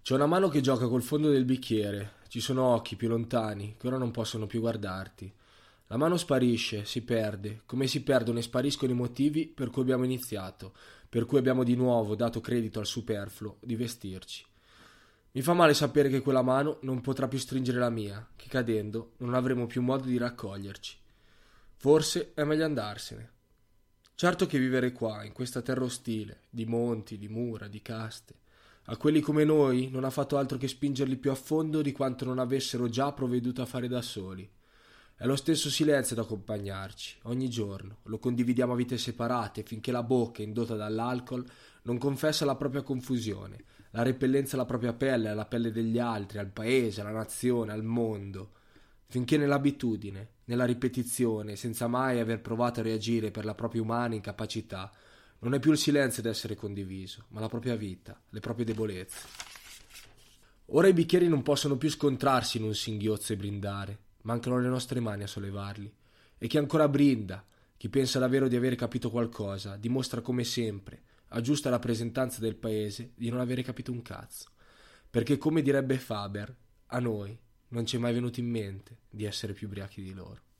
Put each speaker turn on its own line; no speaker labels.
C'è una mano che gioca col fondo del bicchiere, ci sono occhi più lontani che ora non possono più guardarti. La mano sparisce, si perde, come si perdono e spariscono i motivi per cui abbiamo iniziato, per cui abbiamo di nuovo dato credito al superfluo di vestirci. Mi fa male sapere che quella mano non potrà più stringere la mia, che cadendo non avremo più modo di raccoglierci. Forse è meglio andarsene. Certo che vivere qua, in questa terra ostile, di monti, di mura, di caste, a quelli come noi non ha fatto altro che spingerli più a fondo di quanto non avessero già provveduto a fare da soli. È lo stesso silenzio ad accompagnarci, ogni giorno, lo condividiamo a vite separate finché la bocca, indotta dall'alcol, non confessa la propria confusione, la repellenza alla propria pelle, alla pelle degli altri, al paese, alla nazione, al mondo, finché nell'abitudine, nella ripetizione, senza mai aver provato a reagire per la propria umana incapacità, non è più il silenzio ad essere condiviso, ma la propria vita, le proprie debolezze. Ora i bicchieri non possono più scontrarsi in un singhiozzo e brindare, mancano le nostre mani a sollevarli. E chi ancora brinda, chi pensa davvero di avere capito qualcosa, dimostra come sempre, a giusta rappresentanza del paese, di non avere capito un cazzo. Perché come direbbe Faber, a noi non ci è mai venuto in mente di essere più ubriachi di loro.